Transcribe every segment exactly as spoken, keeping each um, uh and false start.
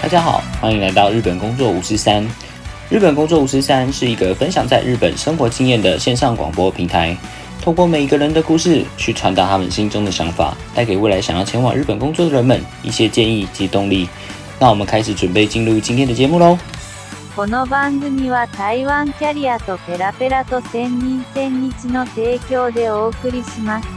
大家好，欢迎来到日本工作五四三。日本工作五四三是一个分享在日本生活经验的线上广播平台，透过每一个人的故事去传达他们心中的想法，带给未来想要前往日本工作的人们一些建议及动力。那我们开始准备进入今天的节目咯。 この番組は台湾キャリアとペラペラと千人千日の提供でお送りします。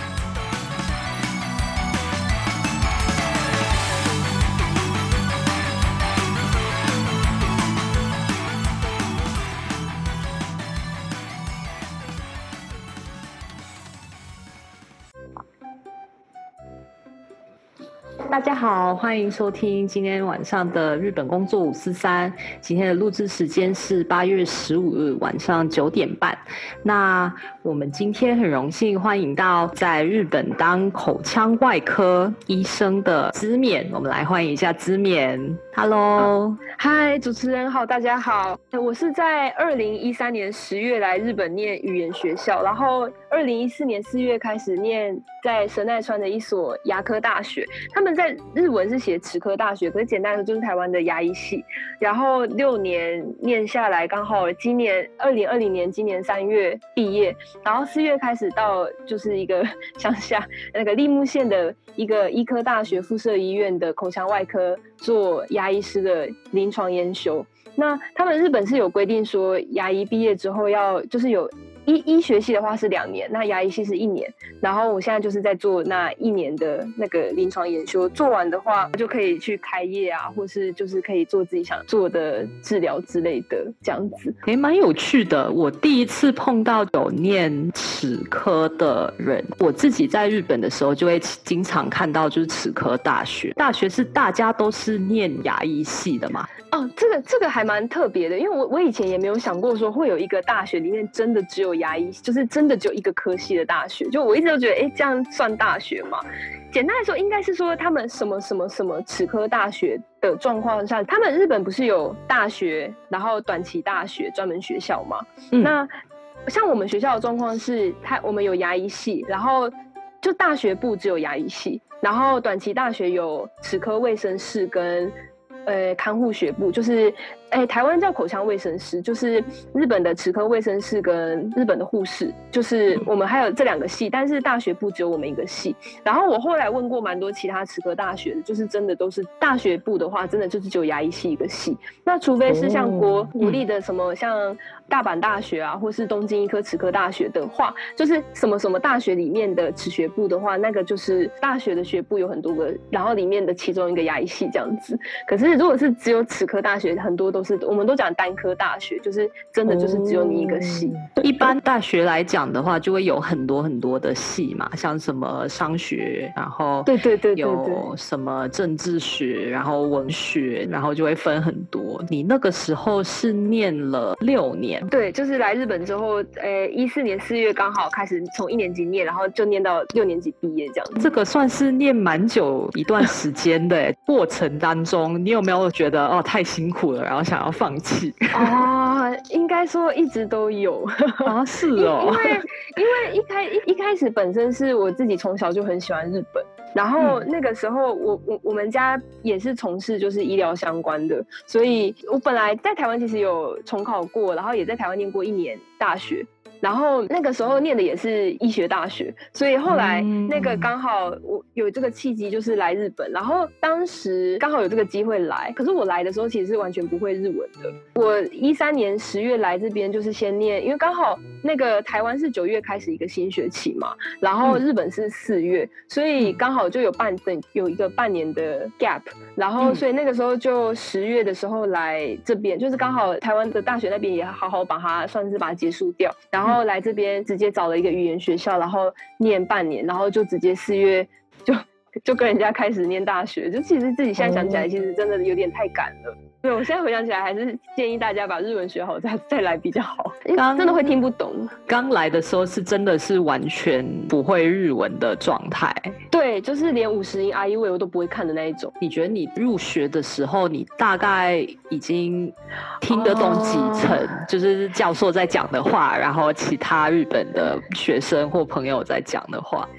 大家好，欢迎收听今天晚上的日本工作五四三。今天的录制时间是八月十五日晚上九点半。那我们今天很荣幸欢迎到在日本当口腔外科医生的知勉，我们来欢迎一下知勉。Hello， 嗨，主持人好，大家好。我是在二零一三年十月来日本念语言学校，然后二零一四年四月开始念在神奈川的一所牙科大学。他们在日文是写齿科大学，可是简单的就是台湾的牙医系。然后六年念下来，刚好今年二零二零年今年三月毕业，然后四月开始到就是一个乡下那个立木县的一个医科大学附设医院的口腔外科做牙医师的临床研修。那他们日本是有规定说，牙医毕业之后要就是有医医学系的话是两年，那牙医系是一年。然后我现在就是在做那一年的那个临床研修，做完的话就可以去开业啊，或是就是可以做自己想做的治疗之类的这样子。 诶，蛮有趣的。我第一次碰到有念齿科的人，我自己在日本的时候就会经常看到就是齿科大学，大学是大家都是念牙医系的嘛？ 哦，这个这个还蛮特别的，因为我我以前也没有想过说会有一个大学里面真的只有牙医，就是真的只有一个科系的大学。就我一直都觉得，哎，这样算大学吗？简单来说，应该是说他们什么什么什么齿科大学的状况下，他们日本不是有大学，然后短期大学专门学校吗？嗯、那像我们学校的状况是，他我们有牙医系，然后就大学部只有牙医系，然后短期大学有齿科卫生室跟。呃，看护学部就是，哎，台湾叫口腔卫生师，就是日本的齿科卫生室跟日本的护士，就是我们还有这两个系，但是大学部只有我们一个系。然后我后来问过蛮多其他齿科大学的，就是真的都是大学部的话，真的就是只有牙医系一个系。那除非是像国国立的什么像大阪大学啊，或是东京医科齿科大学的话，就是什么什么大学里面的齿学部的话，那个就是大学的学部有很多个，然后里面的其中一个牙医系这样子。可是如果是只有齿科大学，很多都是我们都讲单科大学，就是真的就是只有你一个系。 哦、一般大学来讲的话，就会有很多很多的系嘛，像什么商学，然后对对对对对， 有什么政治学，然后文学，然后就会分很多。你那个时候是念了六年， 对，就是来日本之后，呃，一四年四月刚好开始从一年级念，然后就念到六年级毕业这样子。 这个算是念蛮久一段时间的过程当中，你有没有觉得哦太辛苦了，然后想要放弃？ 啊，应该说一直都有啊，是哦， 因为因为一开一一开始本身是我自己从小就很喜欢日本。然后那个时候我我我们家也是从事就是医疗相关的，所以我本来在台湾其实有重考过，然后也在台湾念过一年大学。然后那个时候念的也是医学大学，所以后来那个刚好我有这个契机，就是来日本。然后当时刚好有这个机会来，可是我来的时候其实是完全不会日文的。我一三年十月来这边，就是先念，因为刚好那个台湾是九月开始一个新学期嘛，然后日本是四月，所以刚好就有半等有一个半年的 gap。然后所以那个时候就十月的时候来这边，就是刚好台湾的大学那边也好好把它算是把它结束掉，然后。然后来这边直接找了一个语言学校，然后念半年，然后就直接四月就就跟人家开始念大学。就其实自己现在想起来，其实真的有点太赶了。对，我现在回想起来，还是建议大家把日文学好再再来比较好，真的会听不懂。 刚来的时候是真的是完全不会日文的状态， 对，就是连五十音啊一位我都不会看的那一种。 你觉得你入学的时候，你大概已经听得懂几成？哦、就是教授在讲的话，然后其他日本的学生或朋友在讲的话。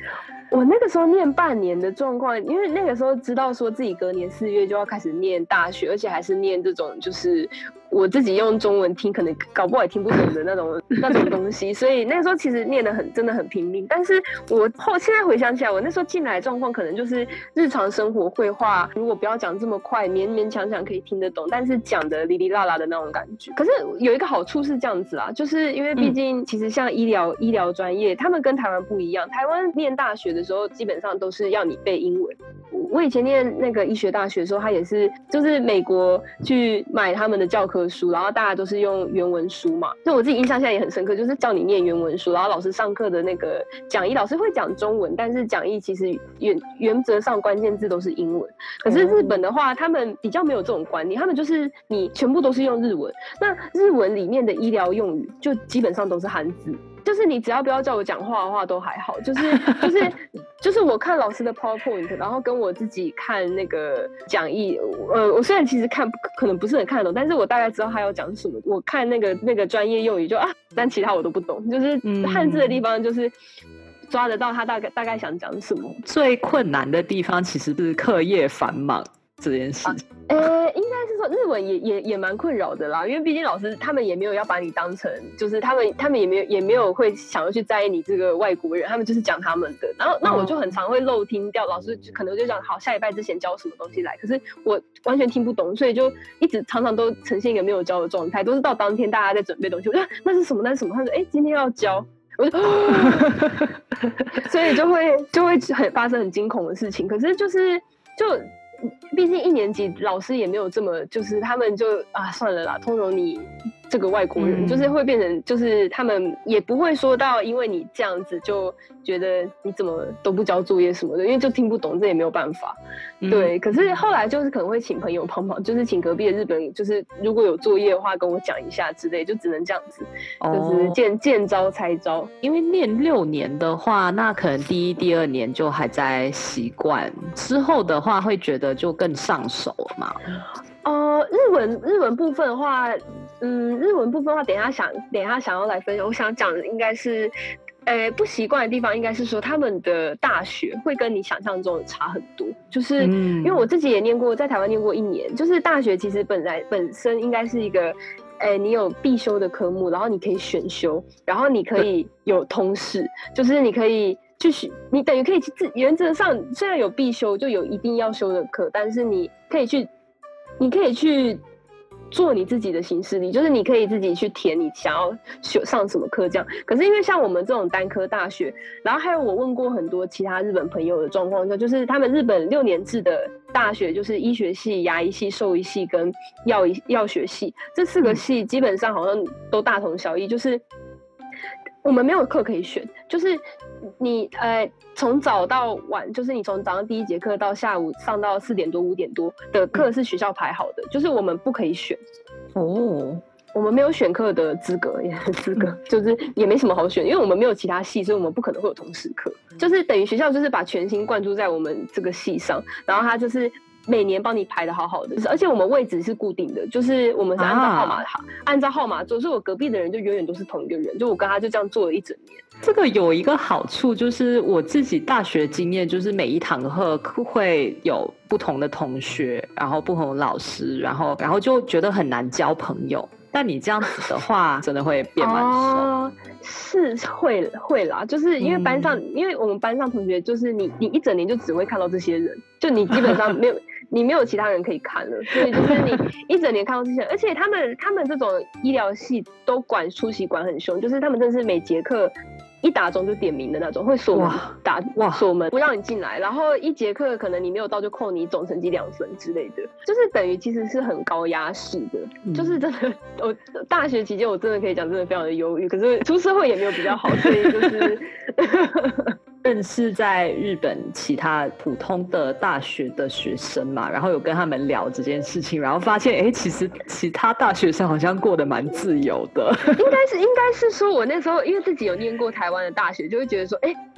我那个时候念半年的状况，因为那个时候知道说自己隔年四月就要开始念大学，而且还是念这种就是我自己用中文听可能搞不好也听不懂的那种那种东西，所以那个时候其实念得很真的很拼命。但是我后现在回想起来，我那时候进来的状况可能就是日常生活绘画，如果不要讲这么快，勉勉强强可以听得懂，但是讲的哩哩啦啦的那种感觉。可是有一个好处是这样子啊，就是因为毕竟其实像医疗、嗯、医疗专业，他们跟台湾不一样。台湾念大学的时候，基本上都是要你背英文。我以前念那个医学大学的时候，他也是就是美国去买他们的教科书，然后大家都是用原文书嘛。就我自己印象现在也很深刻，就是叫你念原文书，然后老师上课的那个讲义，老师会讲中文，但是讲义其实原原则上关键字都是英文。可是日本的话，他们比较没有这种观念，他们就是你全部都是用日文。那日文里面的医疗用语就基本上都是汉字。就是你只要不要叫我讲话的话都还好，就是就是就是我看老师的 PowerPoint， 然后跟我自己看那个讲义，呃，我虽然其实看可能不是很看得懂，但是我大概知道他要讲什么。我看那个那个专业用语就啊，但其他我都不懂，就是汉字的地方就是抓得到他大概大概想讲什么。 最困难的地方其实是课业繁忙这件事。啊呃，应该是说日文也也也蛮困扰的啦，因为毕竟老师他们也没有要把你当成，就是他们他们也没有也没有会想要去在意你这个外国人，他们就是讲他们的。然后那我就很常会漏听掉，老师可能就讲好下礼拜之前交什么东西来，可是我完全听不懂，所以就一直常常都呈现一个没有交的状态，都是到当天大家在准备东西，我就那是什么那是什么，他说哎、欸、今天要交。我就所以就会就会很发生很惊恐的事情。可是就是就毕竟一年级老师也没有这么，就是他们就啊算了啦，通融你这个外国人，嗯、就是会变成就是他们也不会说到因为你这样子就觉得你怎么都不交作业什么的，因为就听不懂，这也没有办法。嗯、对，可是后来就是可能会请朋友帮忙，就是请隔壁的日本人，就是如果有作业的话跟我讲一下之类，就只能这样子，哦、就是见见招拆招。 因为念六年的话，那可能第一、第二年就还在习惯，之后的话会觉得就更上手了嘛。 呃，日文日文部分的话，嗯，日文部分的话，等一下想等一下想要来分享，我想讲的应该是。呃，不习惯的地方应该是说他们的大学会跟你想象中的差很多，就是因为我自己也念过，在台湾念过一年，就是大学其实本来本身应该是一个，呃，你有必修的科目，然后你可以选修，然后你可以有通识，就是你可以去，你等于可以自原则上虽然有必修，就有一定要修的课，但是你可以去，你可以去。做你自己的行事历，就是你可以自己去填你想要上什么课这样。可是因为像我们这种单科大学，然后还有我问过很多其他日本朋友的状况，就是他们日本六年制的大学，就是医学系、牙医系、兽医系跟药医药学系这四个系，基本上好像都大同小异，就是我们没有课可以选，就是你呃从早到晚，就是你从早上第一节课到下午上到四点多五点多的课是学校排好的，就是我们不可以选哦，我们没有选课的资格，也资格就是也没什么好选，因为我们没有其他系，所以我们不可能会有同时课，就是等于学校就是把全心灌注在我们这个系上，然后他就是每年帮你排的好好的，而且我们位置是固定的，就是我们是按照号码、啊、按照号码做，所以我隔壁的人就永远都是同一个人，就我跟他就这样做了一整年。 这个有一个好处，就是我自己大学经验，就是每一堂课会有不同的同学，然后不同的老师，然后然后就觉得很难交朋友。但你这样子的话，真的会变蛮熟。哦， 是会会啦，就是因为班上，嗯、因为我们班上同学，就是你你一整年就只会看到这些人，就你基本上没有你没有其他人可以看了，所以就是你一整年看到这些人，而且他们他们这种医疗系都管出席管很凶，就是他们真的是每节课。一打钟就点名的那种，会锁门打哇锁门不让你进来，然后一节课可能你没有到就扣你总成绩两分之类的，就是等于其实是很高压式的，嗯、就是真的我大学期间我真的可以讲真的非常的忧郁，可是出社会也没有比较好，所以就是认识在日本其他普通的大学的学生嘛，然后有跟他们聊这件事情，然后发现哎、欸，其实其他大学生好像过得蛮自由的。 应该是应该是说我那时候因为自己有念过台湾的大学，就会觉得说，哎、欸，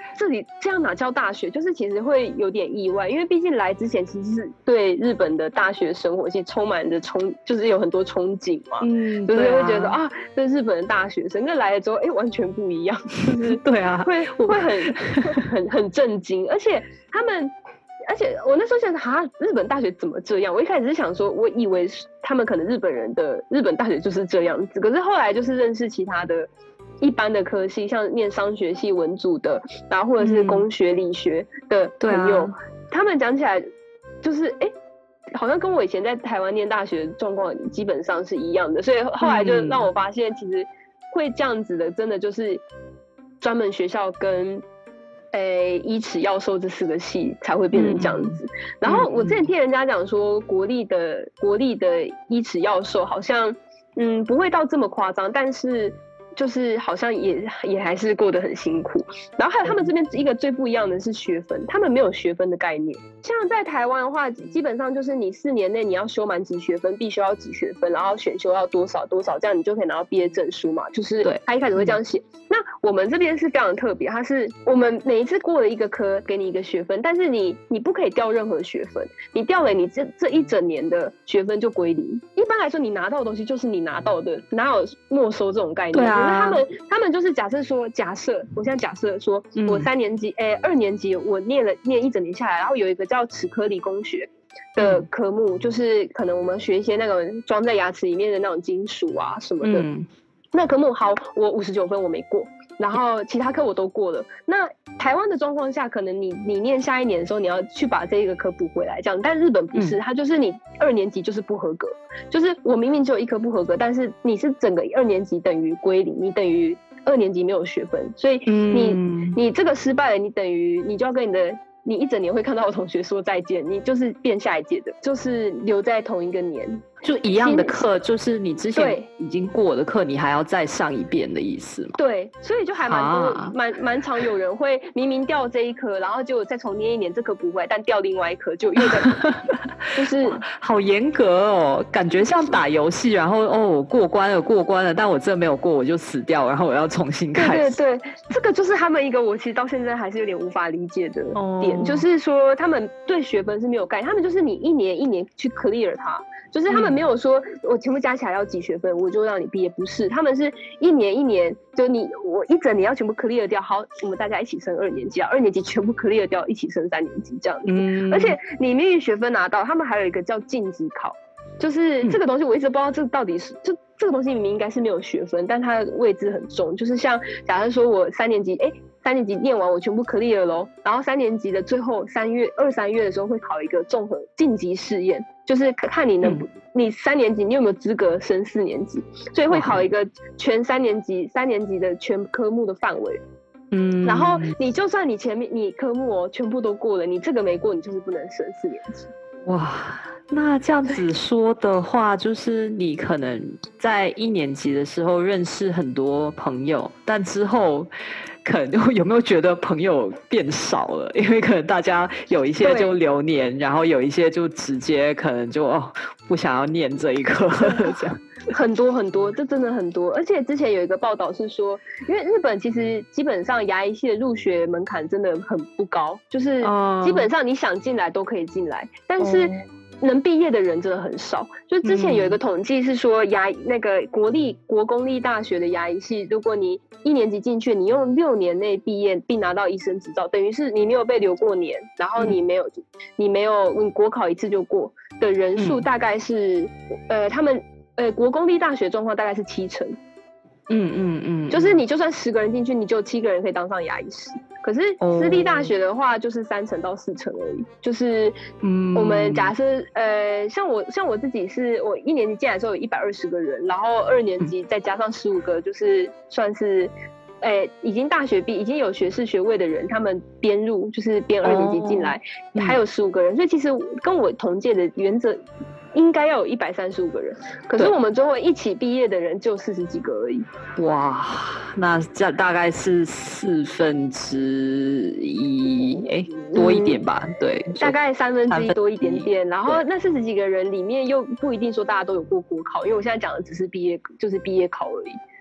这里这样哪叫大学？就是其实会有点意外，因为毕竟来之前其实是对日本的大学生活其实充满着憧，就是有很多憧憬嘛，嗯，就是会觉得 啊, 啊，这日本的大学生，那来了之后，哎、欸，完全不一样，就是对啊， 会会很很很震惊，而且他们。而且我那时候想哈，日本大学怎么这样？我一开始是想说，我以为他们可能日本人的日本大学就是这样子，可是后来就是认识其他的一般的科系，像念商学系文组的，然后或者是工学理学的朋友，嗯啊、他们讲起来就是哎、欸，好像跟我以前在台湾念大学的状况基本上是一样的，所以后来就让我发现，其实会这样子的，真的就是专门学校跟。诶，医齿药兽这四个系才会变成这样子。嗯、然后我之前听人家讲说，国立的国立的医齿药兽好像，嗯，不会到这么夸张，但是就是好像也也还是过得很辛苦。然后还有他们这边一个最不一样的是学分，他们没有学分的概念。像在台湾的话，基本上就是你四年内你要修满几学分，必须要几学分，然后选修要多少多少，这样你就可以拿到毕业证书嘛。就是他一开始会这样写。嗯、那我们这边是非常特别，它是我们每一次过了一个科，给你一个学分，但是你你不可以掉任何学分，你掉了你这这一整年的学分就归零。一般来说，你拿到的东西就是你拿到的，哪有没收这种概念？对啊。可是他们他们就是假设说，假设我现在假设说，我三年级诶、嗯欸、二年级我念了念一整年下来，然后有一个叫齿科理工学的科目，嗯、就是可能我们学一些那种装在牙齿里面的那种金属啊什么的。嗯、那科目好，我五十九分我没过。然后其他科我都过了。那台湾的状况下，可能你你念下一年的时候，你要去把这一个科补回来，这样。但日本不是，嗯、它就是你二年级就是不合格，就是我明明只有一科不合格，但是你是整个二年级等于归零，你等于二年级没有学分，所以你、嗯、你这个失败了，你等于你就要跟你的。你一整年会看到的同学说再见，你就是变下一届的，就是留在同一个年， 就一样的课，就是你之前已经过的课，你还要再上一遍的意思吗？ 对，所以就还蛮多，蛮蛮、啊、常有人会明明掉这一科，然后就再重念一年，这科不会，但掉另外一科就又在，就是好严格哦，感觉像打游戏，然后哦我过关了过关了，但我这没有过我就死掉，然后我要重新开始。 对对对，这个就是他们一个我其实到现在还是有点无法理解的点。哦就是说，他们对学分是没有概念，他们就是你一年一年去 clear 它，就是他们没有说我全部加起来要几学分，我就让你毕业，不是，他们是一年一年，就你我一整年要全部 clear 掉，好，我们大家一起升二年级啊，二年级全部 clear 掉，一起升三年级这样子。嗯、而且你明明学分拿到，他们还有一个叫晋级考，就是这个东西我一直不知道这到底是就。这个东西明明应该是没有学分，但它的位置很重，就是像假设说我三年级，哎、欸，三年级念完我全部 clear 咯，然后三年级的最后三月二三月的时候会考一个综合晋级试验，就是看你能、嗯、你三年级你有没有资格升四年级，所以会考一个全三年级三年级的全科目的范围。嗯，然后你就算你前面你科目哦全部都过了，你这个没过，你就是不能升四年级。 哇，那这样子说的话，就是你可能在一年级的时候认识很多朋友，但之后可能有没有觉得朋友变少了？因为可能大家有一些就留年，然后有一些就直接可能就哦不想要念这一科这样。 很多很多，这真的很多。而且之前有一个报道是说，因为日本其实基本上牙医系的入学门槛真的很不高，就是基本上你想进来都可以进来，但是能毕业的人真的很少。就之前有一个统计是说牙，牙那个国立国公立大学的牙医系，如果你一年级进去，你用六年内毕业并拿到医生执照，等于是你没有被留过年，然后你没有、嗯、你没有你国考一次就过的人数，大概是、嗯、呃他们。呃，国公立大学状况大概是七成，嗯嗯嗯，就是你就算十个人进去，你就七个人可以当上牙医师。可是私立大学的话，就是三成到四成而已。就是我们假设，呃，像我像我自己是我一年级进来的时候有一百二十个人，然后二年级再加上十五个，就是算是。诶，已经大学毕已经有学士学位的人，他们编入就是编二年级进来，哦、还有十五个人，所以其实跟我同届的原则应该要有一百三十五个人，可是我们最后一起毕业的人就四十几个而已。 哇，那这大概是四分之一，哎，多一点吧？嗯、对， 大概三分之一多一点点。然后那四十几个人里面又不一定说大家都有过国考，因为我现在讲的只是毕业，就是毕业考而已。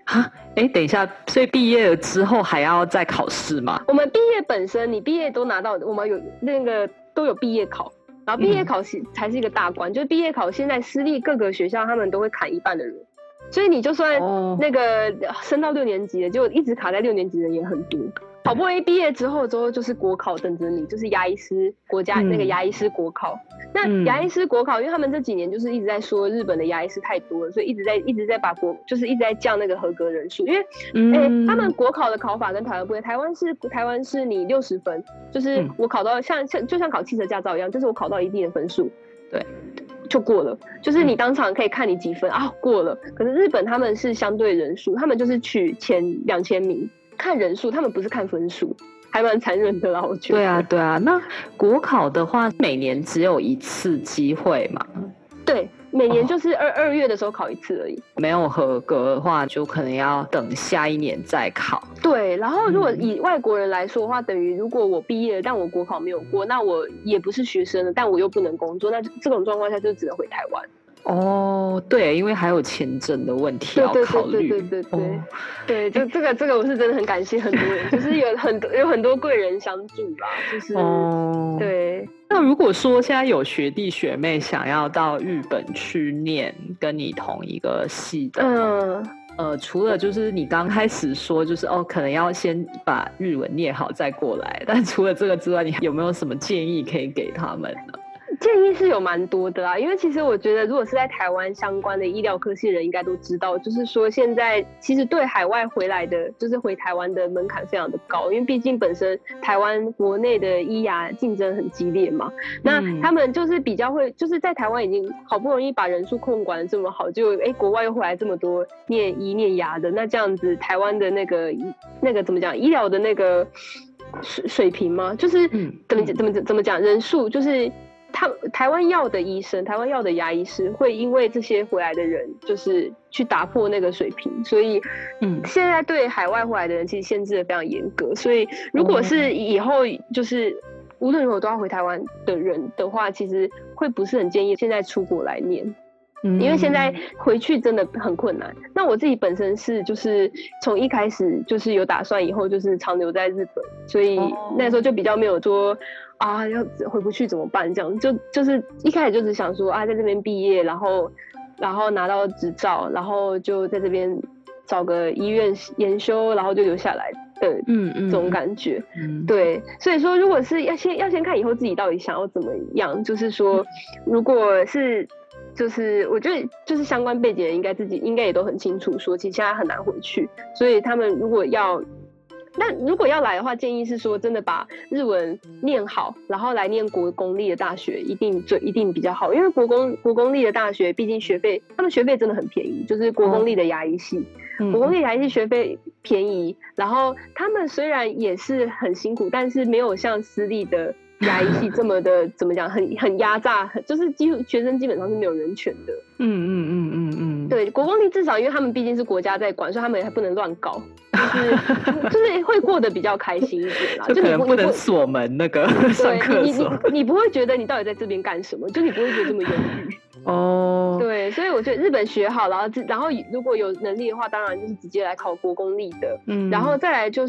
哈，哎，等一下，所以毕业了之后还要再考试吗？ 我们毕业本身，你毕业都拿到，我们有那个都有毕业考，然后毕业考才是一个大关，嗯、就是毕业考现在私立各个学校他们都会砍一半的人，所以你就算那个升到六年级了，就一直卡在六年级的人也很多。好不容易毕业之后，之后就是国考等着你，就是牙医师国家、嗯、那个牙医师国考。那牙医师国考，因为他们这几年就是一直在说日本的牙医师太多了，所以一直在一直在把国就是一直在降那个合格人数。因为，嗯欸、他们国考的考法跟台湾不一样，台湾是台湾是你六十分，就是我考到像像就像考汽车驾照一样，就是我考到一定的分数，对，就过了。就是你当场可以看你几分、嗯、啊，过了。可是日本他们是相对人数，他们就是取前两千名。看人数，他们不是看分数，还蛮残忍的啦，我觉得。 对啊，对啊。那国考的话，每年只有一次机会嘛？ 对，每年就是二、哦、二月的时候考一次而已。 没有合格的话，就可能要等下一年再考。 对，然后如果以外国人来说的话，嗯、等于如果我毕业了，但我国考没有过，那我也不是学生了，但我又不能工作，那这种状况下就只能回台湾。 哦，对，因为还有签证的问题要考虑。 对对对对对对，哦、对，就这个这个我是真的很感谢很多人，就是有很多有很多贵人相助啦，就是哦，对。 那如果说现在有学弟学妹想要到日本去念跟你同一个系的，嗯。呃，除了就是你刚开始说，就是哦，可能要先把日文念好再过来，但除了这个之外，你有没有什么建议可以给他们呢？ 建议是有蛮多的啦，因为其实我觉得，如果是在台湾相关的医疗科系的人，应该都知道，就是说现在其实对海外回来的，就是回台湾的门槛非常的高，因为毕竟本身台湾国内的医牙竞争很激烈嘛，那他们就是比较会，就是在台湾已经好不容易把人数控管得这么好，就哎国外又回来这么多念医念牙的，那这样子台湾的那个那个怎么讲，医疗的那个水水平嘛，就是怎么怎么怎么讲，人数就是。他台湾要的医生，台湾要的牙医师，会因为这些回来的人，就是去打破那个水平，所以，嗯，现在对海外回来的人其实限制的非常严格，所以如果是以后就是无论如何都要回台湾的人的话，其实会不是很建议现在出国来念。嗯，因为现在回去真的很困难。那我自己本身是就是从一开始就是有打算以后就是长留在日本，所以那时候就比较没有说啊要回不去怎么办这样，就就是一开始就只想说啊在这边毕业，然后然后拿到执照，然后就在这边找个医院研修，然后就留下来的这种感觉。嗯嗯、对，所以说如果是要先要先看以后自己到底想要怎么样，就是说如果是。就是我觉得就是相关背景人应该自己应该也都很清楚说其实现在很难回去，所以他们如果要那如果要来的话，建议是说真的把日文念好，然后来念国公立的大学一定最一定比较好，因为国公国公立的大学毕竟学费他们学费真的很便宜，就是国公立的牙医系、嗯、国公立牙医系学费便宜，然后他们虽然也是很辛苦，但是没有像私立的牙医系这么的怎么讲，很很压榨，就是基学生基本上是没有人权的。嗯嗯嗯嗯嗯，对，国公立至少因为他们毕竟是国家在管，所以他们还不能乱搞，就是就是会过得比较开心一点啦。 就可能不能锁门那个上课所， 你你你不会觉得你到底在这边干什么，就你不会觉得这么忧郁。哦，对，所以我觉得日本学好，然后然后如果有能力的话，当然就是直接来考国公立的，嗯，然后再来就是。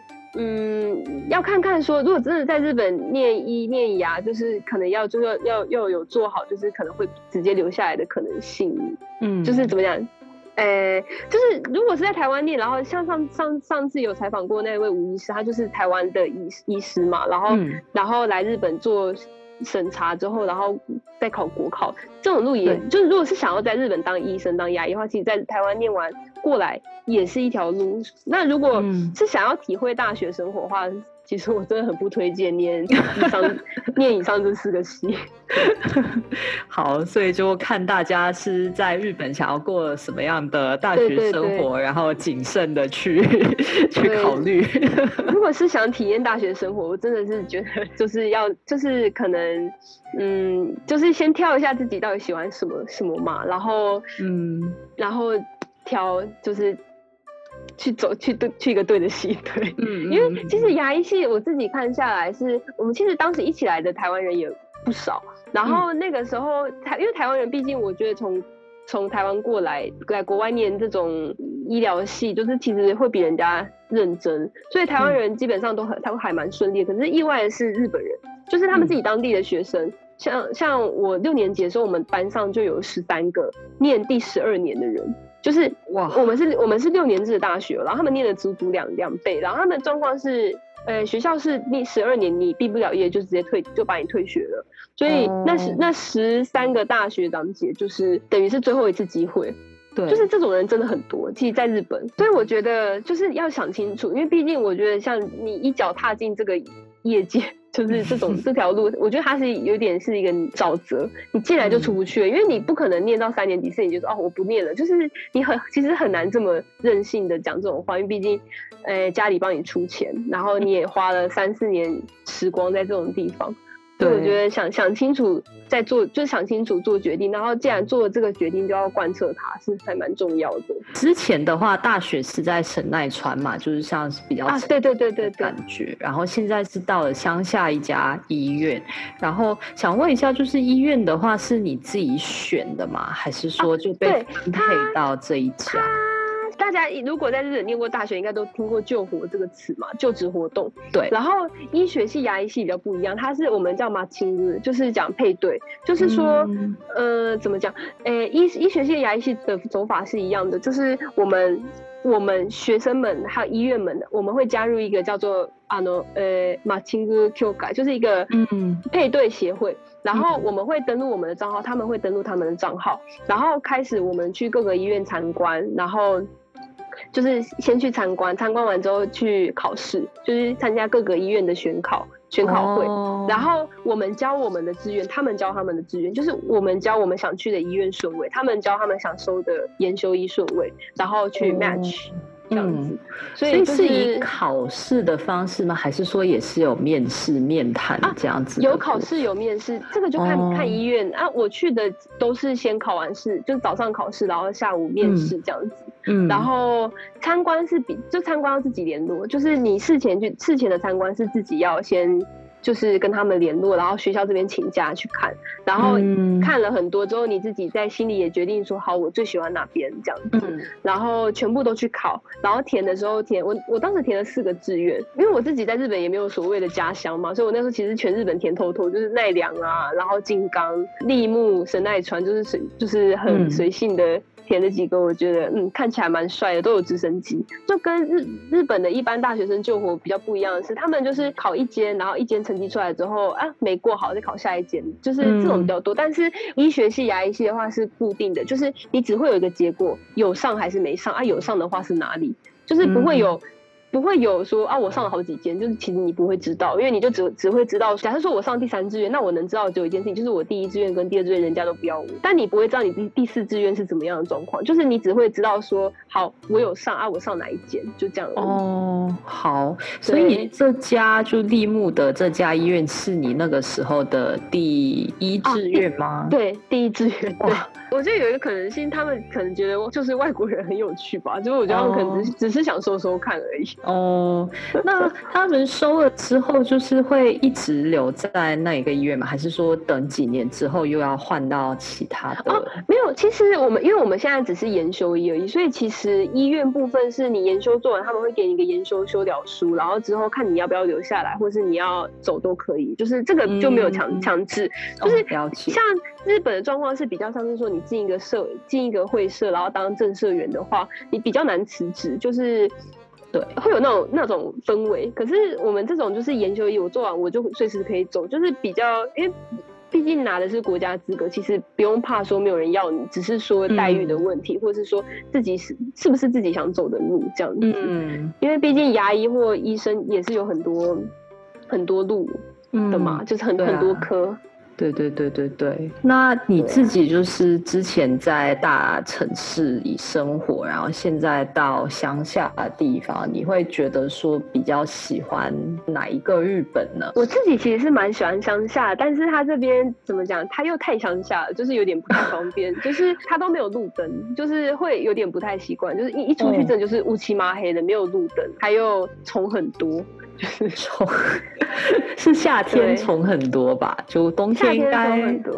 嗯，要看看说，如果真的在日本念医念牙，就是可能要就是要要要有做好，就是可能会直接留下来的可能性。嗯，就是怎么讲？呃，就是如果是在台湾念，然后像上上上次有采访过那位吴医师，他就是台湾的医医师嘛，然后、嗯、然后来日本做审查之后，然后再考国考，这种路也就是如果是想要在日本当医生当牙医的话，其实在台湾念完过来也是一条路。那如果是想要体会大学生活的话，其实我真的很不推荐念以上念以上这四个系。 好，所以就看大家是在日本想要过什么样的大学生活，对对对，然后谨慎的去去考虑。 如果是想体验大学生活，我真的是觉得就是要就是可能嗯，就是先挑一下自己到底喜欢什么什么嘛，然后嗯，然后挑就是。去走去对去一个对的系，对，嗯，因为其实牙医系我自己看下来是，我们其实当时一起来的台湾人也不少，然后那个时候台因为台湾人毕竟我觉得从从台湾过来来国外念这种医疗系，就是其实会比人家认真，所以台湾人基本上都很他还蛮顺利的。可是意外的是日本人，就是他们自己当地的学生，嗯、像像我六年级的时候，我们班上就有十三个念第十二年的人。就是哇，我们是我们是六年制的大学，然后他们念了足足两两倍，然后他们的状况是，呃，学校是念十二年，你毕不了业就直接退，就把你退学了，所以那十、哦、那十三个大学长姐就是等于是最后一次机会，对，就是这种人真的很多，其实在日本，所以我觉得就是要想清楚，因为毕竟我觉得像你一脚踏进这个业界。就是这种这条路，我觉得它是有点是一个沼泽，你进来就出不去了，因为你不可能念到三年级四年级就说哦我不念了，就是你很其实很难这么任性的讲这种话，因为毕竟，呃家里帮你出钱，然后你也花了三四年时光在这种地方，所以我觉得想想清楚再做，就是想清楚做决定，然后既然做了这个决定，就要贯彻它，是还蛮重要的。 之前的话，大学是在神奈川嘛，就是像是比较啊，对对对对感觉。然后现在是到了乡下一家医院，然后想问一下，就是医院的话是你自己选的吗？还是说就被分配到这一家？ 大家如果在日本念过大学，应该都听过救活这个词嘛，就职活动。 对， 然后医学系、牙医系比较不一样，它是我们叫马亲日，就是讲配对，就是说，嗯、呃，怎么讲？诶，医医学系、牙医系的走法是一样的，就是我们我们学生们还有医院们，我们会加入一个叫做啊no呃马亲日 Q 改，就是一个嗯配对协会。然后我们会登录我们的账号，他们会登录他们的账号，然后开始我们去各个医院参观，然后。就是先去参观，参观完之后去考试，就是参加各个医院的选考选考会。Oh. 然后我们交我们的志愿，他们交他们的志愿，就是我们交我们想去的医院顺位，他们交他们想收的研修医顺位，然后去 match。Oh.这样子，嗯、 所以、就是、所以是以考试的方式吗？还是说也是有面试、面谈这样子、啊？ 有考试，有面试，这个就看、哦、看医院啊。我去的都是先考完试，就是早上考试，然后下午面试这样子。嗯，然后参观是比就参观要自己联络，就是你事前去事前的参观是自己要先。就是跟他们联络，然后学校这边请假去看，然后看了很多之后，你自己在心里也决定说，好，我最喜欢哪边这样子，嗯、然后全部都去考，然后填的时候填，我我当时填了四个志愿，因为我自己在日本也没有所谓的家乡嘛，所以我那时候其实全日本填透透，就是奈良啊，然后金刚、立木、神奈川，就是随就是很随性的。嗯填了几个，我觉得嗯看起来蛮帅的，都有直升机，就跟日日本的一般大学生救活比较不一样的是，他们就是考一间，然后一间成绩出来之后啊没过好再考下一间，就是这种比较多。嗯、但是医学系、牙医系的话是固定的，就是你只会有一个结果，有上还是没上啊？有上的话是哪里？就是不会有。嗯不会有说啊，我上了好几间，就是其实你不会知道，因为你就只只会知道，假设说我上第三志愿，那我能知道只有一件事情，就是我第一志愿跟第二志愿人家都不要我，但你不会知道你第第四志愿是怎么样的状况，就是你只会知道说，好，我有上啊，我上哪一间，就这样而已。哦， 好，所以这家就立木的这家医院是你那个时候的第一志愿吗？ 啊、对，第一志愿。对，我觉得有一个可能性，他们可能觉得就是外国人很有趣吧，就是我觉得他们可能只是、哦、只是想收收看而已。 哦，那他们收了之后，就是会一直留在那一个医院吗？还是说等几年之后又要换到其他的？ 哦，没有，其实我们因为我们现在只是研修医而已，所以其实医院部分是你研修做完，他们会给你一个研修修了书，然后之后看你要不要留下来，或是你要走都可以，就是这个就没有强强、嗯、制，就是像日本的状况是比较像是说你进一个社进一个会社，然后当正社员的话，你比较难辞职，就是。对，会有那种那种氛围，可是我们这种就是研修医，我做完我就随时可以走，就是比较，因为毕竟拿的是国家资格，其实不用怕说没有人要你，只是说待遇的问题，嗯、或是说自己是是不是自己想走的路这样子。嗯，因为毕竟牙医或医生也是有很多很多路的嘛，嗯、就是很、啊、很多科。 对对对对对，那你自己就是之前在大城市里生活，然后现在到乡下的地方，你会觉得说比较喜欢哪一个日本呢？ 我自己其实是蛮喜欢乡下，但是他这边怎么讲，他又太乡下了，就是有点不太方便，就是他都没有路灯，就是会有点不太习惯，就是一一出去真的就是乌漆麻黑的，没有路灯，还有虫很多。 就是虫，是夏天虫很多吧？就冬天应该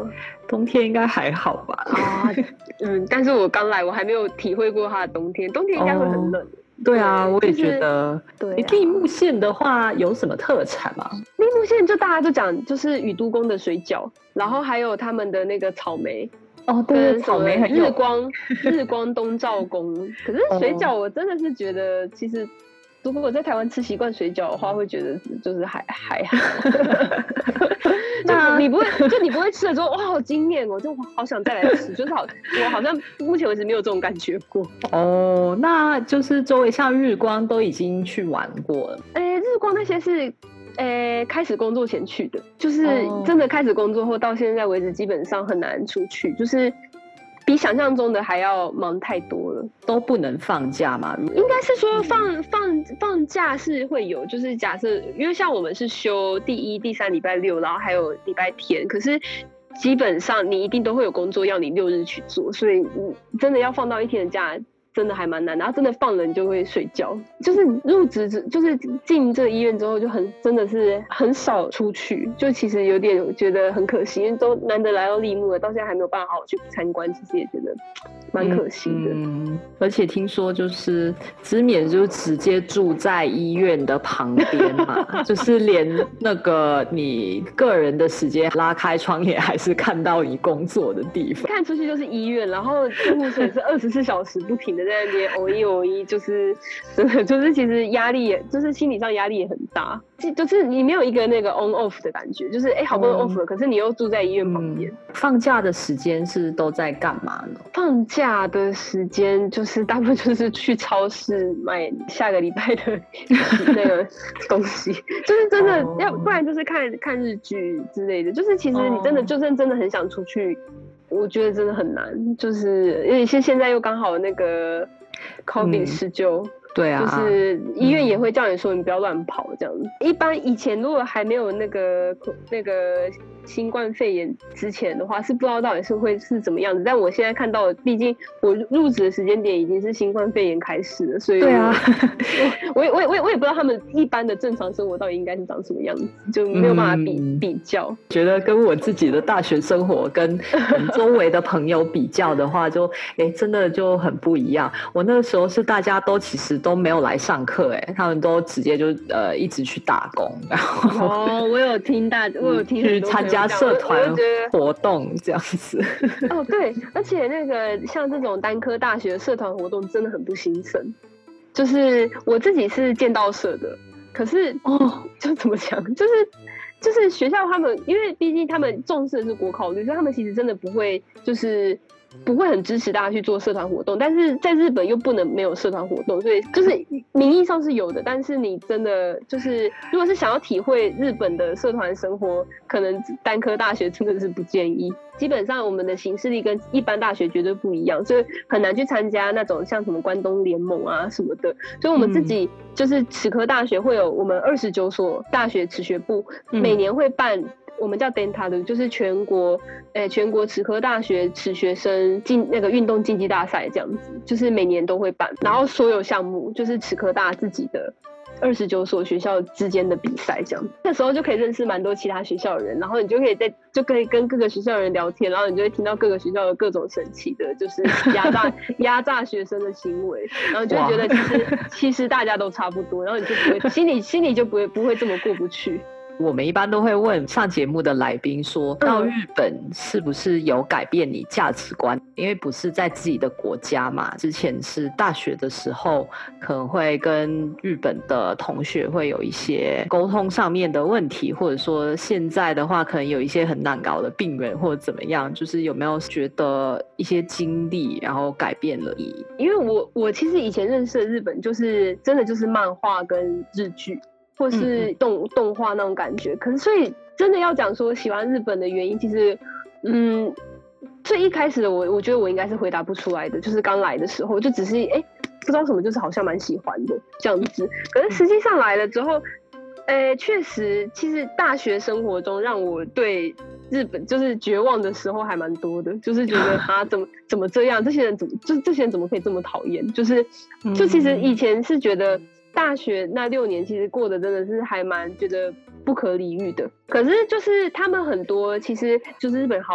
冬天应该还好吧？ 啊，嗯，但是我刚来，我还没有体会过它的冬天，冬天应该会很冷。哦， 对啊，我也觉得。 对、啊， 你立木县的话有什么特产吗？ 立木县就大家就讲就是宇都宫的水饺，然后还有他们的那个草莓。 哦，对，草莓很日光日光东照宫。可是水饺我真的是觉得，其实如果我在台湾吃习惯水饺的话，会觉得就是还还好。就你不会，就你不会吃了之后哇好惊艳，我就好想再来吃，就是好，我好像目前为止没有这种感觉过。 哦，那就是周围像日光都已经去玩过了。 哎、欸，日光那些是。诶，开始工作前去的，就是真的开始工作后到现在为止，基本上很难出去，就是比想象中的还要忙太多了。 都不能放假吗？ 应该是说放放放假是会有，就是假设因为像我们是休第一、第三礼拜六，然后还有礼拜天，可是基本上你一定都会有工作要你六日去做，所以你真的要放到一天的假。真的还蛮难，然后真的放人就会睡觉。就是入职，就是进这个医院之后，就很真的是很少出去，就其实有点觉得很可惜，因为都难得来到立木了，到现在还没有办法好好去参观，其实也觉得蛮可惜的。 嗯，嗯而且听说就是知勉就直接住在医院的旁边嘛，就是连那个你个人的时间拉开窗帘，还是看到你工作的地方， 看出去就是医院，然后救护车也是二十四小时不停的。在那边偶一偶一，就是真的就是其实压力也就是心理上压力也很大，就是你没有一个那个 on off 的感觉，就是哎、欸、好不容易 off 了、嗯，可是你又住在医院旁边、嗯。 放假的时间是都在干嘛呢？ 放假的时间就是大部分就是去超市买下个礼拜的那个东西，就是真的要、哦、不然就是看看日剧之类的，就是其实你真的、哦、就算真的很想出去。我觉得真的很难，就是因为现现在又刚好那个 COVID 施救、嗯， 对啊， 就是医院也会叫你说你不要乱跑这样子、嗯。一般以前如果还没有那个那个新冠肺炎之前的话，是不知道到底是会是怎么样子。但我现在看到，毕竟我入职的时间点已经是新冠肺炎开始了，所以对啊，我我我我我也不知道他们一般的正常生活到底应该是长什么样子，就没有办法比、嗯、比较。 觉得跟我自己的大学生活跟周围的朋友比较的话就，就哎真的就很不一样。我那个时候是大家都其实都没有来上课，哎，他们都直接就呃一直去打工，然后哦，我有听大，我有听去参加社团活动这样子。 哦，对，而且那个像这种单科大学的社团活动真的很不兴盛。就是我自己是剑道社的，可是哦，就怎么讲，就是就是学校他们，因为毕竟他们重视的是国考率，所以他们其实真的不会就是不会很支持大家去做社团活动。但是在日本又不能没有社团活动，所以就是名义上是有的，但是你真的就是如果是想要体会日本的社团生活，可能单科大学真的是不建议。基本上我们的行事历跟一般大学绝对不一样，所以很难去参加那种像什么关东联盟啊什么的。所以我们自己就是齿科大学会有我们二十九所大学齿学部，每年会办我们叫 Denta 就是全国诶、欸、全国齿科大学齿学生竞那个运动竞技大赛这样子，就是每年都会办，然后所有项目就是齿科大自己的二十九所学校之间的比赛这样，那时候就可以认识蛮多其他学校的人，然后你就可以在就可以跟各个学校的人聊天，然后你就会听到各个学校的各种神奇的，就是压榨压榨学生的行为，然后你就会觉得其实其实大家都差不多，然后你就不会心里心里就不会不会这么过不去。 我们一般都会问上节目的来宾说，到日本是不是有改变你价值观？因为不是在自己的国家嘛，之前是大学的时候可能会跟日本的同学会有一些沟通上面的问题，或者说现在的话可能有一些很难搞的病人或者怎么样，就是有没有觉得一些经历然后改变了你？ 因为我我其实以前认识的日本就是真的就是漫画跟日剧或是动、嗯、动画那种感觉，可是所以真的要讲说喜欢日本的原因，其实嗯最一开始的我我觉得我应该是回答不出来的，就是刚来的时候就只是哎、欸、不知道什么，就是好像蛮喜欢的这样子，可是实际上来了之后呃确实其实大学生活中让我对日本就是绝望的时候还蛮多的，就是觉得啊怎么怎么这样，这些人怎么就是这些人怎么可以这么讨厌，就是就其实以前是觉得大学那六年其实过得真的是还蛮觉得不可理喻的，可是就是他们很多其实就是日本好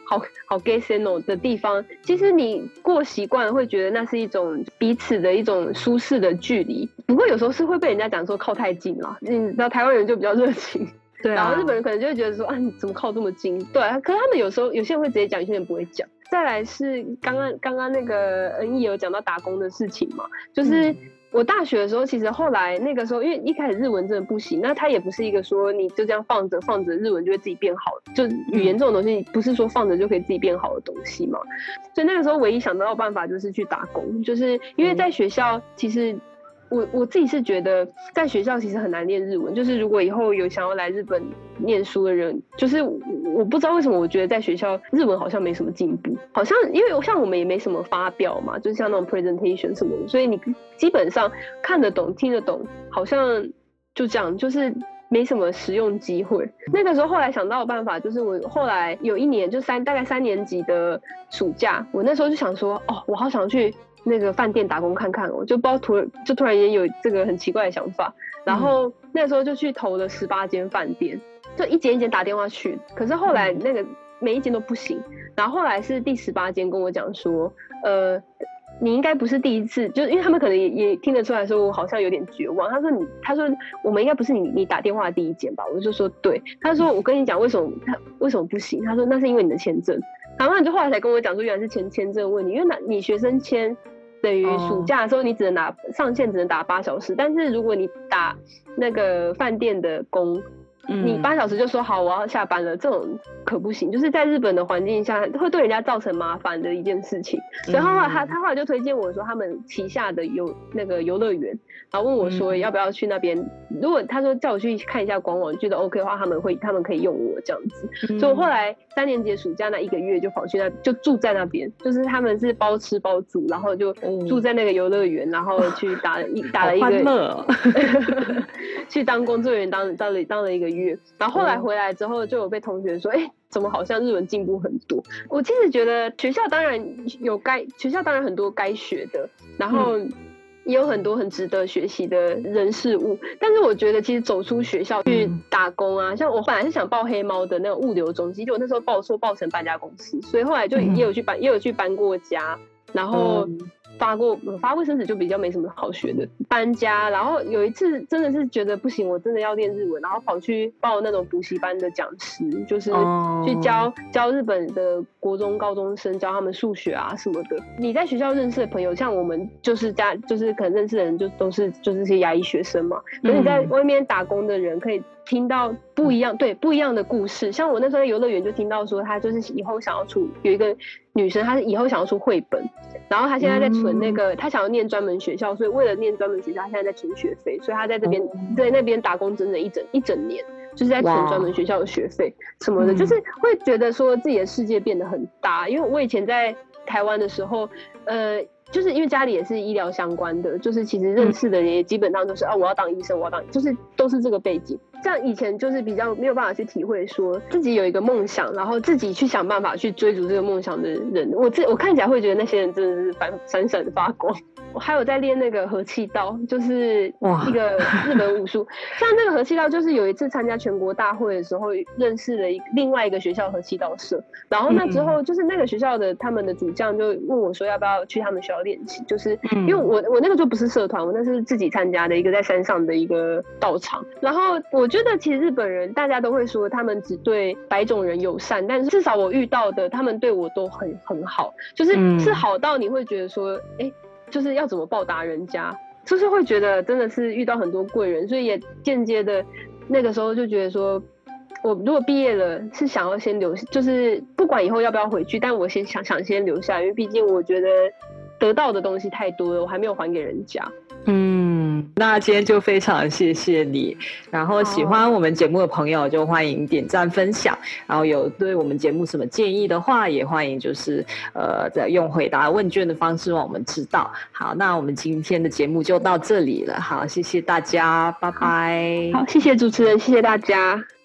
好好 gay seno 的地方，其实你过习惯了会觉得那是一种彼此的一种舒适的距离，不过有时候是会被人家讲说靠太近了，你知道台湾人就比较热情。 对啊， 然后日本人可能就会觉得说啊，你怎么靠这么近？对啊，可是他们有时候有些人会直接讲，有些人不会讲。再来是刚刚刚刚那个恩义有讲到打工的事情嘛，就是我大学的时候，其实后来那个时候，因为一开始日文真的不行，那它也不是一个说你就这样放着放着日文就会自己变好，就语言这种东西不是说放着就可以自己变好的东西嘛。所以那个时候唯一想到的办法就是去打工，就是因为在学校其实。我我自己是觉得，在学校其实很难练日文。就是如果以后有想要来日本念书的人，就是我不知道为什么，我觉得在学校日文好像没什么进步，好像因为像我们也没什么发表嘛，就是像那种 presentation 什么的，所以你基本上看得懂、听得懂，好像就这样，就是没什么实用机会。那个时候后来想到的办法，就是我后来有一年就三大概三年级的暑假，我那时候就想说，哦，我好想去。那个饭店打工看看，我就不知道突然就突然间有这个很奇怪的想法，然后那时候就去投了十八间饭店，就一间一间打电话去，可是后来那个每一间都不行，然后后来是第十八间跟我讲说，呃，你应该不是第一次，就是因为他们可能也也听得出来说我好像有点绝望，他说你他说我们应该不是你你打电话的第一间吧，我就说对，他说我跟你讲为什么他为什么不行，他说那是因为你的签证，然后就后来才跟我讲说原来是签签证问题，因为那你学生签。等于暑假的时候，你只能打上线只能打八小时，但是如果你打那个饭店的工，你八小时就说好我要下班了，这种可不行，就是在日本的环境下会对人家造成麻烦的一件事情。所以后来他他后来就推荐我说他们旗下的游那个游乐园，然后问我说要不要去那边。如果他说叫我去看一下官网，觉得 OK 的话，他们会他们可以用我这样子。嗯、所以我后来三年级暑假那一个月就跑去那，就住在那边，就是他们是包吃包住，然后就住在那个游乐园，然后去打一打了一个， 乐去当工作人员当当了当了一个月，然后后来回来之后就有被同学说，哎、欸。怎么好像日文进步很多？我其实觉得学校当然有该学校当然很多该学的，然后也有很多很值得学习的人事物。但是我觉得其实走出学校去打工啊，像我本来是想报黑猫的那种物流中心，就我那时候报错报成搬家公司，所以后来就也有去搬也有去搬过家，然后。发过发卫生纸就比较没什么好学的，搬家，然后有一次真的是觉得不行，我真的要练日文，然后跑去报那种补习班的讲师，就是去教、oh. 教日本的国中高中生，教他们数学啊什么的。你在学校认识的朋友，像我们就是家就是可能认识的人就都是就是些牙医学生嘛，可是你在外面打工的人可以听到不一样对不一样的故事。像我那时候在游乐园就听到说，他就是以后想要出有一个女生，她是以后想要出绘本，然后她现在在存那个，她、嗯、想要念专门学校，所以为了念专门学校，她现在在存学费，所以她在这边、哦、在那边打工整整一整一整年，就是在存专门学校的学费什么的，就是会觉得说自己的世界变得很大。因为我以前在台湾的时候，呃。就是因为家里也是医疗相关的，就是其实认识的人也基本上都是、嗯、啊，我要当医生，我要当，就是都是这个背景。像以前就是比较没有办法去体会说自己有一个梦想，然后自己去想办法去追逐这个梦想的人，我自我看起来会觉得那些人真的是闪闪发光。我还有在练那个和气道，就是一个日本武术。像这个和气道，就是有一次参加全国大会的时候，认识了一另外一个学校和气道社，然后那之后就是那个学校的他们的主将就问我说要不要去他们学校练习，就是因为我我那个就不是社团，我那是自己参加的一个在山上的一个道场。然后我觉得其实日本人大家都会说他们只对白种人友善，但是至少我遇到的他们对我都很很好，就是是好到你会觉得说，哎、欸。就是要怎么报答人家，就是会觉得真的是遇到很多贵人，所以也间接的那个时候就觉得说，我如果毕业了是想要先留，就是不管以后要不要回去，但我先想想先留下，因为毕竟我觉得得到的东西太多了，我还没有还给人家。 嗯，那今天就非常谢谢你，然后喜欢我们节目的朋友就欢迎点赞分享，然后有对我们节目什么建议的话也欢迎就是呃再用回答问卷的方式让我们知道。好，那我们今天的节目就到这里了，好，谢谢大家，拜拜。 好，谢谢主持人，谢谢大家。